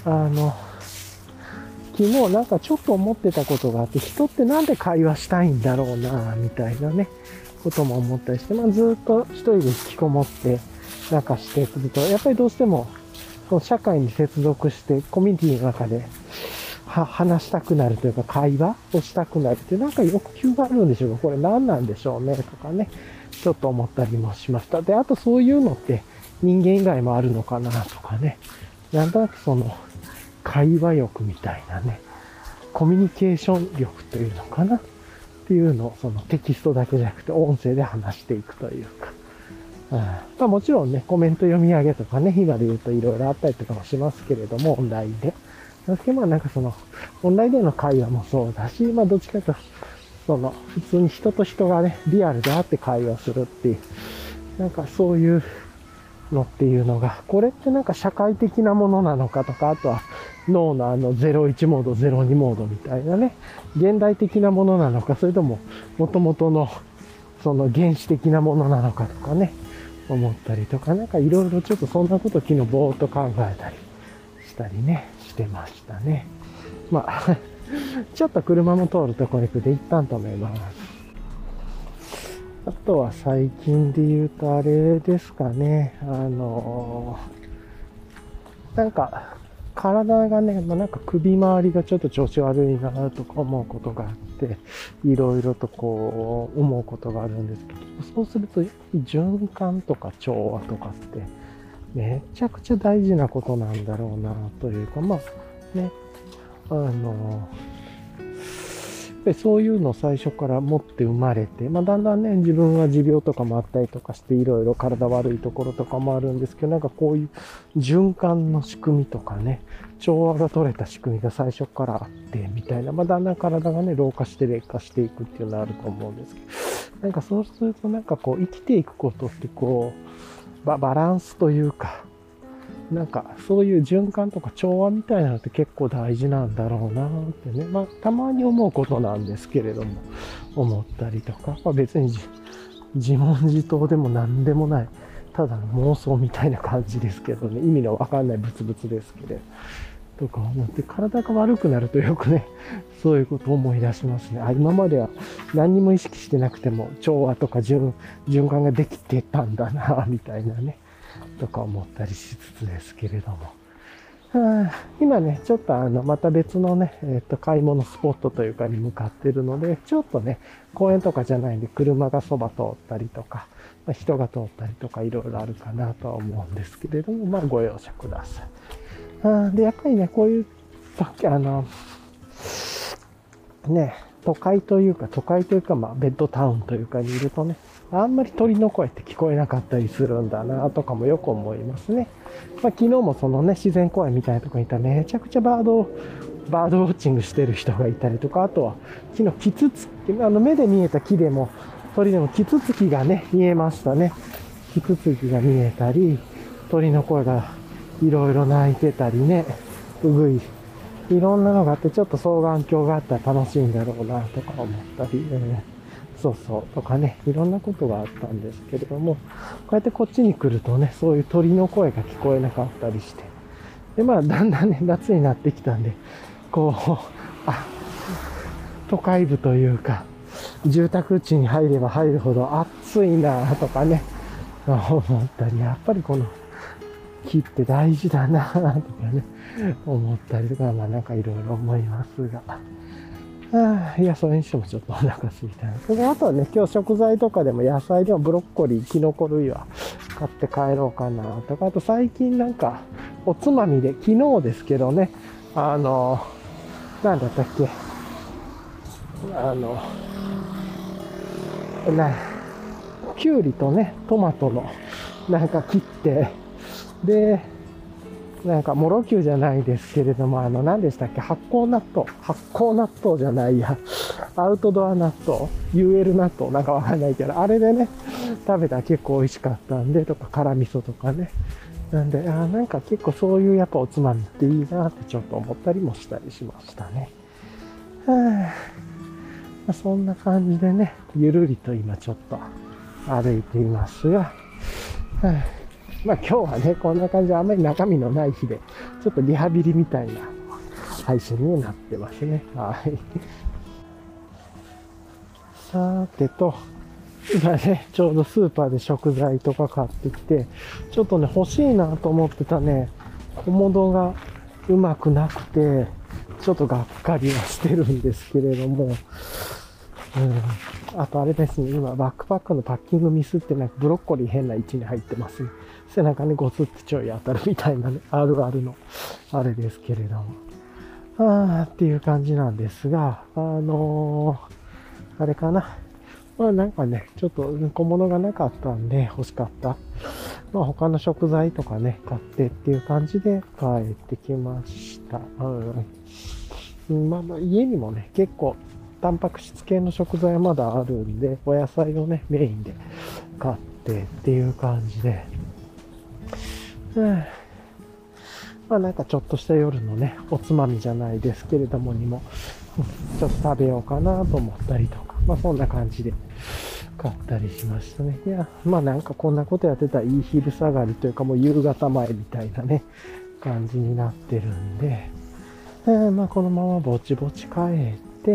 昨日なんかちょっと思ってたことがあって、人ってなんで会話したいんだろうな、みたいなね、ことも思ったりして、ずっと一人で引きこもってなんかしてくると、やっぱりどうしても、社会に接続してコミュニティの中で話したくなるというか会話をしたくなるってなんか欲求があるんでしょうか。これ何なんでしょうねとかね、ちょっと思ったりもしました。で、あとそういうのって人間以外もあるのかなとかね。なんとなく会話欲みたいなね。 コミュニケーション力というのかなっていうのを、そのテキストだけじゃなくて音声で話していくというか。まあもちろんね、コメント読み上げとかね、今で言うといろいろあったりとかもしますけれども、オンラインで。ですけど、まあなんかその、オンラインでの会話もそうだし、まあどっちかというと、その、普通に人と人がね、リアルで会って会話するっていう、なんかそういうのっていうのが、これってなんか社会的なものなのかとか、あとは脳の01モード、02モードみたいなね、現代的なものなのか、それとも元々のその原始的なものなのかとかね、思ったりとか、なんかいろいろちょっとそんなこと昨日ぼーっと考えたりしたりね、してましたね。まあ、ちょっと車も通るところに行くで一旦止めます。あとは最近で言うとあれですかね、なんか体がね、なんか首周りがちょっと調子悪いなとか思うことがあって、いろいろとこう思うことがあるんですけど、そうすると循環とか調和とかってめちゃくちゃ大事なことなんだろうなというか、まあね、そういうのを最初から持って生まれて、まあだんだんね、自分は持病とかもあったりとかして、いろいろ体悪いところとかもあるんですけど、なんかこういう循環の仕組みとかね、調和が取れた仕組みが最初からあって、みたいな、まあだんだん体がね、老化して劣化していくっていうのがあると思うんですけど、なんかそうするとなんかこう生きていくことってこう、バランスというか、なんかそういう循環とか調和みたいなのって結構大事なんだろうなってね、まあたまに思うことなんですけれども、思ったりとか、まあ、別に自問自答でも何でもない、ただの妄想みたいな感じですけどね、意味のわかんないブツブツですけど、とか思って体が悪くなるとよくね、そういうことを思い出しますね。今までは何にも意識してなくても調和とか循環ができてたんだな、みたいなね。とか思ったりしつつですけれども。今ね、ちょっとまた別のね、買い物スポットというかに向かってるので、ちょっとね、公園とかじゃないんで、車がそば通ったりとか、まあ、人が通ったりとかいろいろあるかなとは思うんですけれども、まあご容赦ください。で、やっぱりね、こういう、ね、都会というか、まあベッドタウンというかにいるとね、あんまり鳥の声って聞こえなかったりするんだなとかもよく思いますね。まあ昨日もそのね、自然公園みたいなところにいたらめちゃくちゃバードウォッチングしてる人がいたりとか、あとは昨日キツツキ、目で見えた木でも、鳥でもキツツキがね、見えましたね。キツツキが見えたり、鳥の声がいろいろ鳴いてたりね、いろんなのがあって、ちょっと双眼鏡があったら楽しいんだろうなとか思ったり、とかね、いろんなことがあったんですけれども、こうやってこっちに来るとね、そういう鳥の声が聞こえなかったりして、で、まあ、だんだんね、夏になってきたんで、こう、都会部というか、住宅地に入れば入るほど暑いなとかね、思ったり、やっぱりこの木って大事だなとかね、思ったりとか、まあなんかいろいろ思いますが。いや、それにしてもちょっとお腹空いたんですけど、あとはね、今日食材とかでも野菜でもブロッコリー、キノコ類は買って帰ろうかなとか、あと最近なんか、おつまみで、昨日ですけどね、なんだったっけ、きゅうりとね、トマトの、なんか切って、で、なんか、もろきゅうじゃないですけれども、何でしたっけ、発酵納豆じゃないや、アウトドア納豆、UL 納豆、なんかわかんないけど、あれでね、食べたら結構美味しかったんで、とか、辛味噌とかね。なんで、なんか結構そういうやっぱおつまみっていいなってちょっと思ったりもしたりしましたね。そんな感じでね、ゆるりと今ちょっと歩いていますが、まあ今日はね、こんな感じであんまり中身のない日で、ちょっとリハビリみたいな配信になってますね。はい。さてと、今ね、ちょうどスーパーで食材とか買ってきて、ちょっとね、欲しいなと思ってたね、コモドがうまくなくて、ちょっとがっかりはしてるんですけれども、あとあれですね、今バックパックのパッキングミスってなんかブロッコリー変な位置に入ってますね。背中にゴツってちょい当たるみたいなね、あるあるの、あれですけれども。 っていう感じなんですが、あれかな。まあなんかね、ちょっと小物がなかったんで欲しかった。まあ他の食材とかね、買ってっていう感じで帰ってきました。まあまあ家にもね、結構タンパク質系の食材はまだあるんで、お野菜をね、メインで買ってっていう感じで。まあなんかちょっとした夜のね、おつまみじゃないですけれどもにも、ちょっと食べようかなと思ったりとか、まあそんな感じで買ったりしましたね。いや、まあなんかこんなことやってたらいい昼下がりというかもう夕方前みたいなね、感じになってるんで、まあこのままぼちぼち帰って、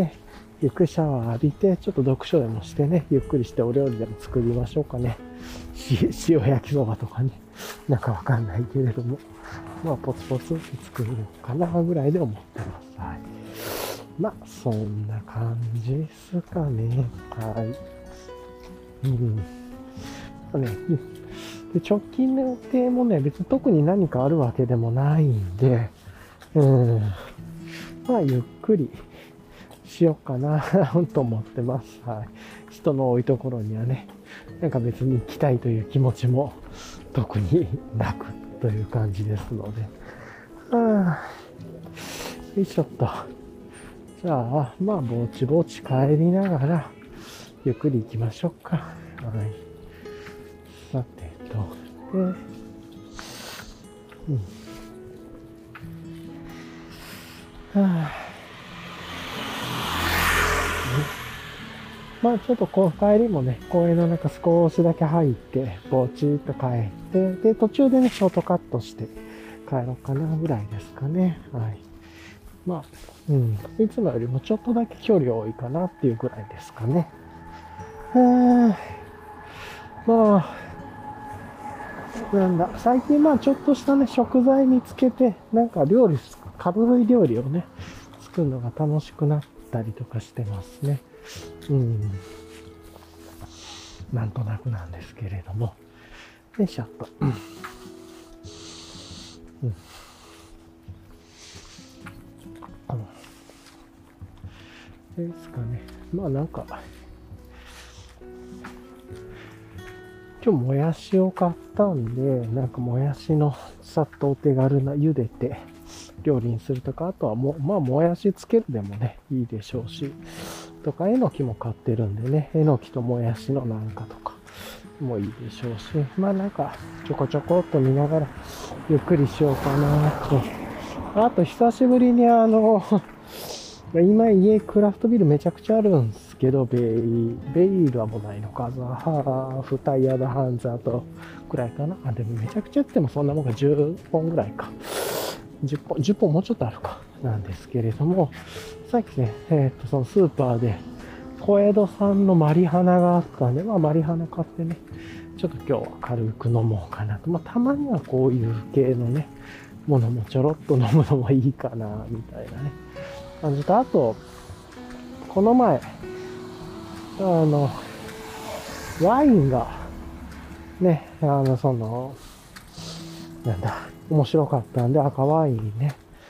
ゆっくりシャワー浴びて、ちょっと読書でもしてね、ゆっくりしてお料理でも作りましょうかね。塩焼きそばとかね、なんかわかんないけれども、まあポツポツって作るかなぐらいで思ってます。はい。まあそんな感じですかね。はい。で直近の予定もね、別に特に何かあるわけでもないんで、まあゆっくりしようかなと思ってます。はい。人の多いところにはね、なんか別に行きたいという気持ちも特になくという感じですので。よいしょっと。じゃあ、まあ、ぼちぼち帰りながら、ゆっくり行きましょうか。はい。さてと。まあちょっとこう帰りもね、公園の中少しだけ入って、ぼちっと帰って、で、途中でね、ショートカットして帰ろうかなぐらいですかね。はい。まあ、いつもよりもちょっとだけ距離多いかなっていうぐらいですかね。まあ、なんだ、最近まあちょっとしたね、食材見つけて、なんか軽い料理をね、作るのが楽しくなったりとかしてますね。なんとなくなんですけれども。よいしょっと。ですかね。まあなんか、今日もやしを買ったんで、なんかもやしのさっとお手軽な茹でて料理にするとか、あとはまあもやしつけるでもね、いいでしょうし、とか、えのきも買ってるんでね、えのきともやしのなんかとかもいいでしょうし、まあなんかちょこちょこっと見ながらゆっくりしようかなと。あと久しぶりに今家クラフトビールめちゃくちゃあるんですけど、ベイールはもうないのか。ハーフタイヤドハンズあとくらいかな。でもめちゃくちゃやってもそんなもんが10本ぐらいか。10本もうちょっとあるか。なんですけれども、さっきね、そのスーパーで小江戸産のマリハナがあったんで、まあマリハナ買ってね、ちょっと今日は軽く飲もうかなと。まあたまにはこういう系のね、ものもちょろっと飲むのもいいかな、みたいなね。感じと、あと、この前、ワインが、ね、なんだ、面白かったんで、赤ワインね、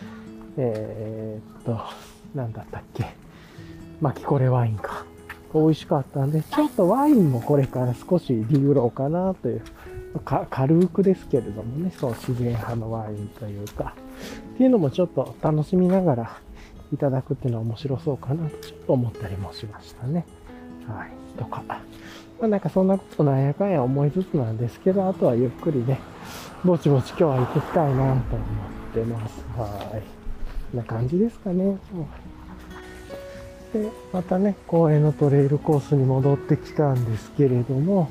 なんだったっけ、巻きこれワインか。美味しかったんで、ちょっとワインもこれから少しリグろうかなという、軽くですけれどもね、そう自然派のワインというか、っていうのもちょっと楽しみながら、いただくっていうのは面白そうかなとちょっと思ったりもしましたね。はい。とか。まあなんかそんなことなんやかんや思いつつなんですけど、あとはゆっくりね、ぼちぼち今日は行ってきたいなと思ってます。はい。こんな感じですかね。で、またね、公園のトレイルコースに戻ってきたんですけれども、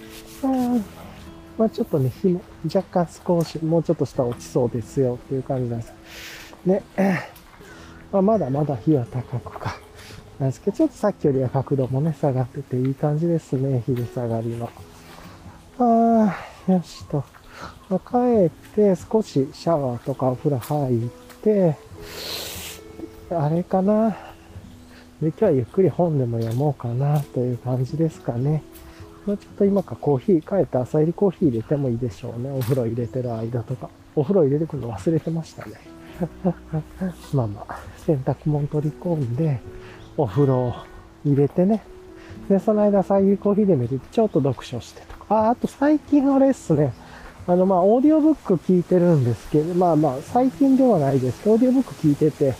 まあちょっとね、日も若干少し、もうちょっと下落ちそうですよっていう感じなんです。ね。まだまだ日は高くか。なんですけど、ちょっとさっきよりは角度もね、下がってていい感じですね、昼下がりの。よしと。帰って少しシャワーとかお風呂入って、あれかな。で、今日はゆっくり本でも読もうかなという感じですかね。ちょっと今からコーヒー、帰って朝入りコーヒー入れてもいいでしょうね。お風呂入れてる間とか。お風呂入れてくるの忘れてましたね。 まあまあ、洗濯物取り込んで、お風呂を入れてね。で、その間、最近コーヒーで見て、ちょっと読書してとか。あと最近あれっすね。まあ、オーディオブック聞いてるんですけど、まあまあ、最近ではないですけど、オーディオブック聞いてて、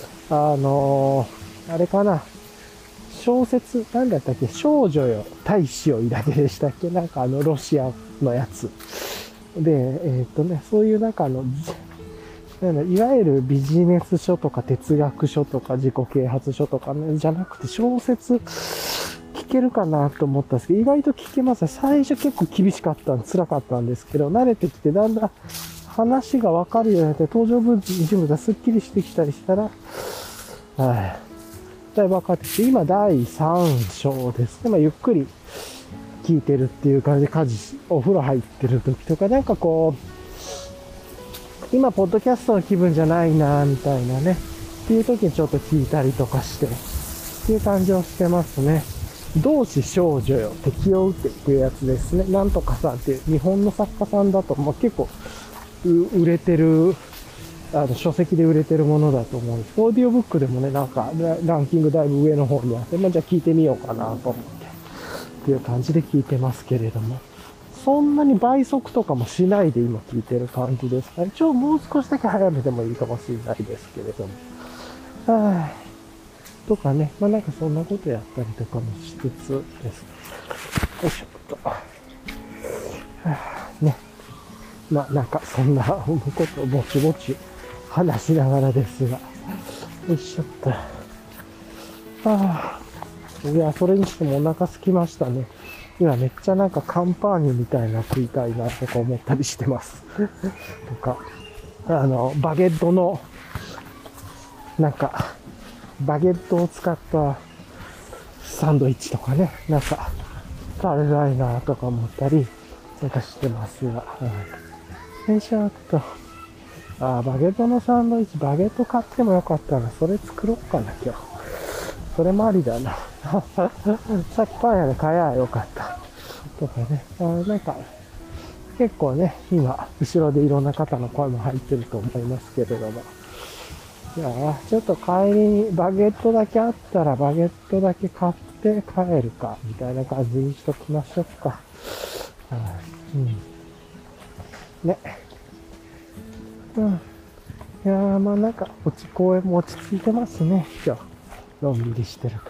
あれかな。小説、なんだったっけ、少女よ、大使よいだけでしたっけ、なんかロシアのやつ。で、そういうなんかいわゆるビジネス書とか哲学書とか自己啓発書とかね、じゃなくて小説聞けるかなと思ったんですけど、意外と聞けますね。最初結構厳しかった、辛かったんですけど、慣れてきてだんだん話がわかるようになって、登場人物がスッキリしてきたりしたら、はい。だいぶ分かってきて、今第3章ですね。まあ、ゆっくり聞いてるっていう感じで、お風呂入ってる時とか、なんかこう、今、ポッドキャストの気分じゃないな、みたいなね。っていう時にちょっと聞いたりとかして、っていう感じをしてますね。同志少女よ、敵を撃てっていうやつですね。なんとかさんっていう日本の作家さんだと、まあ、結構、売れてる、書籍で売れてるものだと思うんです。オーディオブックでもね、なんか、ランキングだいぶ上の方にあって、まあ、じゃあ聞いてみようかなと思って、っていう感じで聞いてますけれども。そんなに倍速とかもしないで今聞いてる感じですかね。もう少しだけ早めてもいいかもしれないですけれども。はい。とかね。まあなんかそんなことやったりとかもしつつです。よいしょっと。ね。まあなんかそんなことをぼちぼち話しながらですが。よいしょっと。いや、それにしてもお腹空きましたね。今めっちゃなんかカンパーニュみたいな食いたいなとか思ったりしてます。とか、バゲットの、なんか、バゲットを使ったサンドイッチとかね、なんか、食べたいなとか思ったり、なんかしてますが、よいしょっと。バゲットのサンドイッチ、バゲット買ってもよかったら、それ作ろうかな、今日。それもありだな。さっきパン屋で買えばよかった。とかね。なんか、結構ね、今、後ろでいろんな方の声も入ってると思いますけれども。いやちょっと帰りにバゲットだけあったら、バゲットだけ買って帰るか、みたいな感じにしときましょうか。ね。いやまあなんか、公園も落ち着いてますね、今日。のんびりしてるから。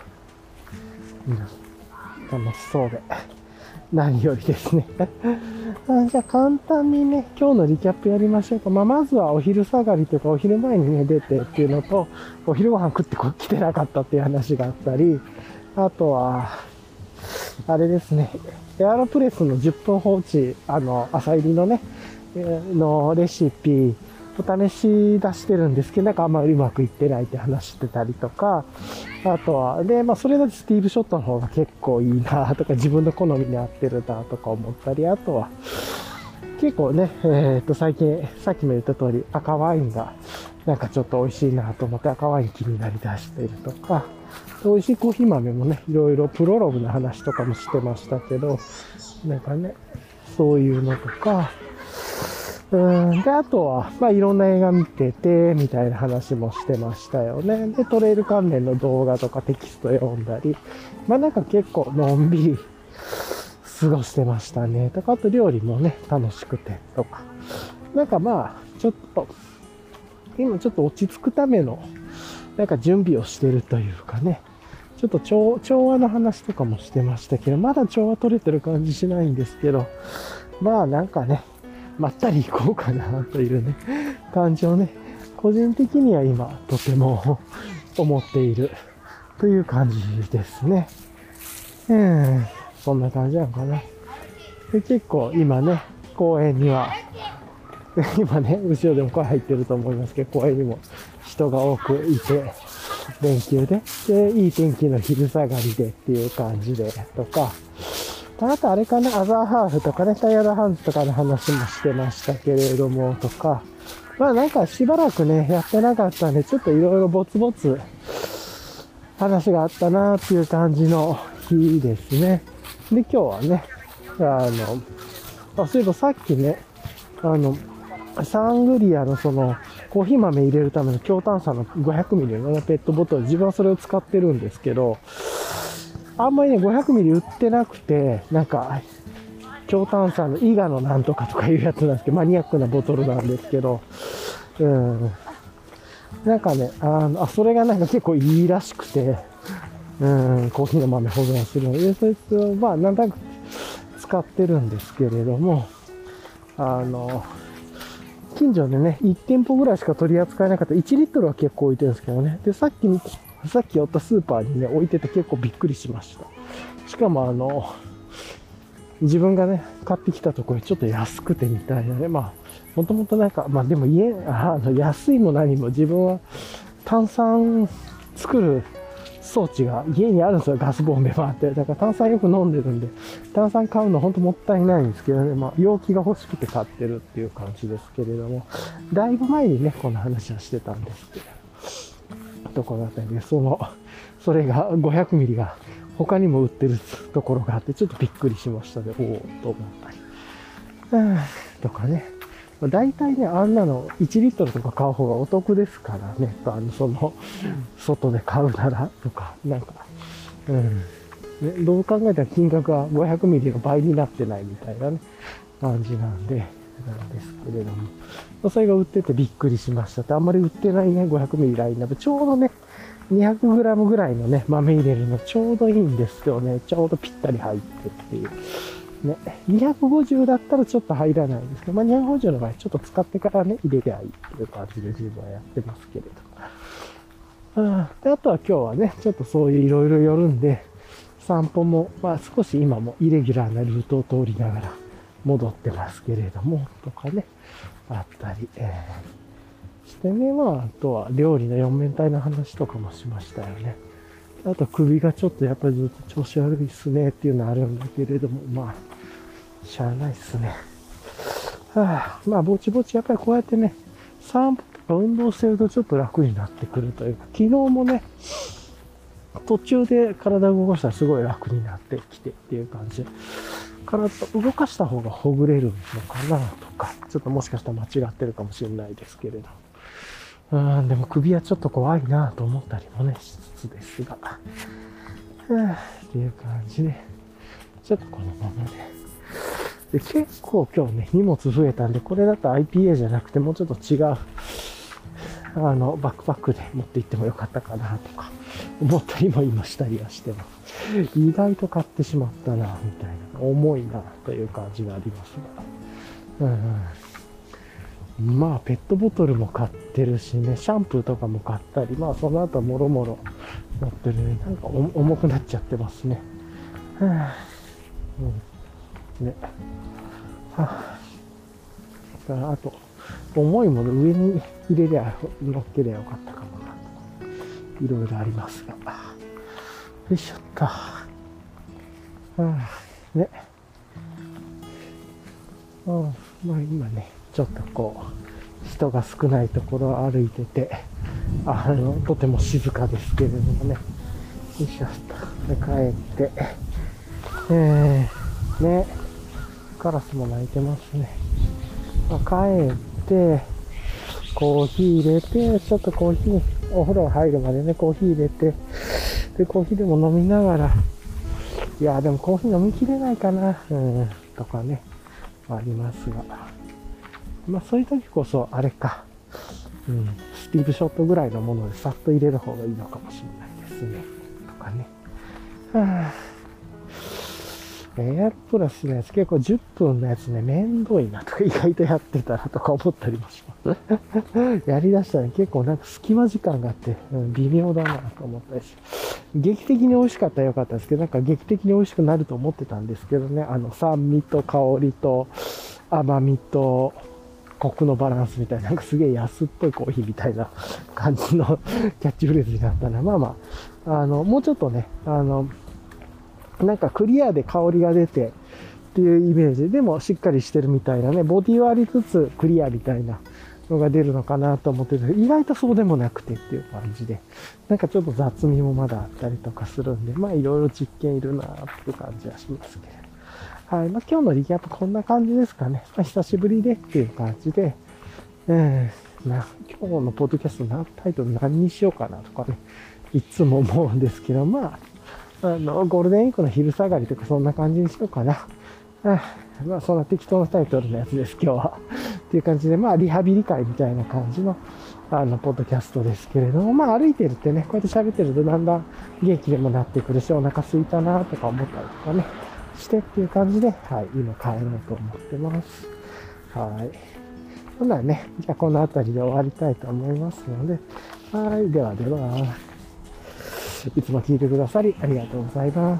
楽しそうで。何よりですね。じゃあ簡単にね、今日のリキャップやりましょうか。まずはお昼下がりというか、お昼前にね、出てっていうのと、お昼ご飯食って来てなかったっていう話があったり、あとは、あれですね、エアロプレスの10分放置、朝入りのね、のレシピ、お試し出してるんですけど、なんかあんまりうまくいってないって話してたりとか、あとは、で、それだとスティーブ・ショットの方が結構いいなとか、自分の好みに合ってるなとか思ったり、あとは、結構ね、最近、さっきも言った通り、赤ワインが、なんかちょっと美味しいなと思って赤ワイン気になりだしているとか、美味しいコーヒー豆もね、いろいろプロローグの話とかもしてましたけど、なんかね、そういうのとか、で、あとは、いろんな映画見てて、みたいな話もしてましたよね。で、トレイル関連の動画とかテキスト読んだり、なんか結構のんびり過ごしてましたね。とか、あと料理もね、楽しくて、とか。なんかちょっと、今ちょっと落ち着くための、なんか準備をしてるというかね。ちょっと調和の話とかもしてましたけど、まだ調和取れてる感じしないんですけど、なんかね、まったり行こうかなというね、感じをね、個人的には今とても思っているという感じですね。そんな感じなのかな。で、結構今ね、公園には、今ね、後ろでも声入ってると思いますけど、公園にも人が多くいて、連休で、いい天気の昼下がりでっていう感じで、とか、あとあれかな、アザーハーフとかね、タイヤードハンズとかの話もしてましたけれども、とか、なんかしばらくね、やってなかったんで、ちょっといろいろぼつぼつ話があったなっていう感じの日ですね。で、今日はね、そういえばさっきね、 サングリアのそのコーヒー豆入れるための強炭酸の500ミリの、ね、ペットボトル、自分はそれを使ってるんですけど、あんまりね、500ミリ売ってなくて、なんか、強炭酸の伊賀のなんとかとかいうやつなんですけど、マニアックなボトルなんですけど、なんかね、それがなんか結構いいらしくて、コーヒーの豆保存するので、そいつをまあ、なんとなく使ってるんですけれども、近所でね、1店舗ぐらいしか取り扱えなかった1リットルは結構置いてるんですけどね。で、さっき寄ったスーパーにね、置いてて結構びっくりしました。しかも自分がね、買ってきたところちょっと安くてみたいなね。まあ、もともとなんか、まあでも安いも何も自分は炭酸作る装置が家にあるんですよ。ガスボンベもあって。だから炭酸よく飲んでるんで、炭酸買うのほんともったいないんですけどね。まあ、容器が欲しくて買ってるっていう感じですけれども、だいぶ前にね、この話はしてたんですけど、ところだったりで、それが500ミリが他にも売ってるところがあって、ちょっとびっくりしましたね。おおと思ったり。とかね。大体ね、あんなの1リットルとか買う方がお得ですからね。外で買うならとか、なんか、ね、どう考えたら金額が500ミリの倍になってないみたいなね、感じなんですけれども。それが売っててびっくりしましたって。あんまり売ってないね、500ミリラインナップ。ちょうどね、200グラムぐらいのね、豆入れるのちょうどいいんですよね。ちょうどぴったり入ってっていう。ね、250だったらちょっと入らないんですけど、まあ、250の場合ちょっと使ってからね、入れりゃいいっていう感じで自分はやってますけれど。であとは今日はね、ちょっとそういういろいろ寄るんで、散歩も、まあ少し今もイレギュラーなルートを通りながら戻ってますけれども、とかね、あったり、してね、まあ、あとは料理の四面体の話とかもしましたよね。あと首がちょっとやっぱりずっと調子悪いっすねっていうのはあるんだけれども、まあ、しゃあないっすね。まあ、ぼちぼちやっぱりこうやってね、散歩とか運動してるとちょっと楽になってくるというか、昨日もね、途中で体を動かしたらすごい楽になってきてっていう感じで、体を動かした方がほぐれるのかなとか、ちょっともしかしたら間違ってるかもしれないですけれど。でも首はちょっと怖いなと思ったりもね、しつつですが。っていう感じで、ちょっとこのままで。結構今日ね、荷物増えたんで、これだと IPA じゃなくてもうちょっと違う、バックパックで持って行ってもよかったかなとか、思ったりも今したりはしてます。意外と買ってしまったな、みたいな、重いな、という感じがありますが。まあ、ペットボトルも買ってるしね、シャンプーとかも買ったり、まあ、その後もろもろ持ってるね、なんか重くなっちゃってますね。ね。だからあと、重いもの上に入れりゃ、乗っけりゃよかったかもなと。いろいろありますが。よいしょっと。ね。まあ今ね、ちょっとこう、人が少ないところを歩いてて、とても静かですけれどもね。よいしょっと。で、帰って、ね、カラスも鳴いてますね。帰って、コーヒー入れて、ちょっとコーヒー、お風呂入るまでね、コーヒー入れて、で、コーヒーでも飲みながら、いや、でもコーヒー飲みきれないかな、とかね、ありますが。まあそういう時こそ、あれか、スティーブショットぐらいのものでさっと入れる方がいいのかもしれないですね。とかね。エアロプラスのやつ結構10分のやつね、めんどいなとか意外とやってたなとか思ったりもします。やりだしたら結構なんか隙間時間があって、微妙だなと思ったりし。劇的に美味しかったらよかったですけど、なんか劇的に美味しくなると思ってたんですけどね、酸味と香りと甘みとコクのバランスみたいな、なんかすげえ安っぽいコーヒーみたいな感じのキャッチフレーズになったな。まあまあ、もうちょっとね、なんかクリアで香りが出てっていうイメージでもしっかりしてるみたいなね、ボディはありつつクリアみたいなのが出るのかなと思ってて、意外とそうでもなくてっていう感じで、なんかちょっと雑味もまだあったりとかするんで、まあいろいろ実験いるなっていう感じはしますけれど。はい。まあ今日のリキャップこんな感じですかね。まあ久しぶりでっていう感じで、 今日のポッドキャストのタイトル何にしようかなとかね、いつも思うんですけど、ゴールデンウィークの昼下がりとかそんな感じにしようかな。そんな適当なタイトルのやつです、今日は。っていう感じで、リハビリ会みたいな感じの、ポッドキャストですけれども、歩いてるってね、こうやって喋ってるとだんだん元気でもなってくるし、お腹空いたなとか思ったりとかね、してっていう感じで、今帰ろうと思ってます。ほんならね、じゃあこの辺りで終わりたいと思いますので、ではでは、いつも聞いてくださりありがとうございます。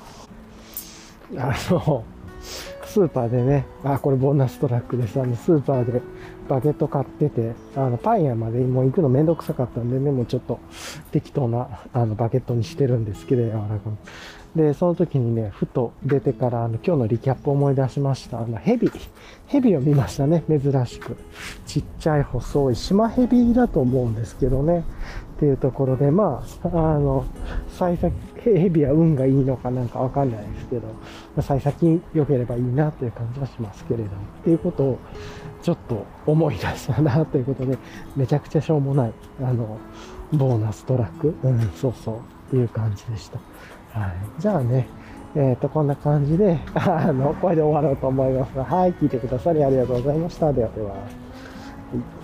スーパーでね、これボーナストラックです。スーパーでバゲット買ってて、パン屋までもう行くのめんどくさかったんでね、もうちょっと適当な、バゲットにしてるんですけど、柔らかく。で、その時にね、ふと出てから、今日のリキャップを思い出しました。ヘビを見ましたね、珍しく。ちっちゃい細い、シマヘビだと思うんですけどね。っていうところで、幸先、ヘビは運がいいのかなんかわかんないですけど、幸先良ければいいなという感じはしますけれども、っていうことをちょっと思い出したなということで、めちゃくちゃしょうもない、ボーナストラック、そうそう、っていう感じでした。じゃあね、こんな感じで、これで終わろうと思いますが、聞いてくださりありがとうございました。ではでは。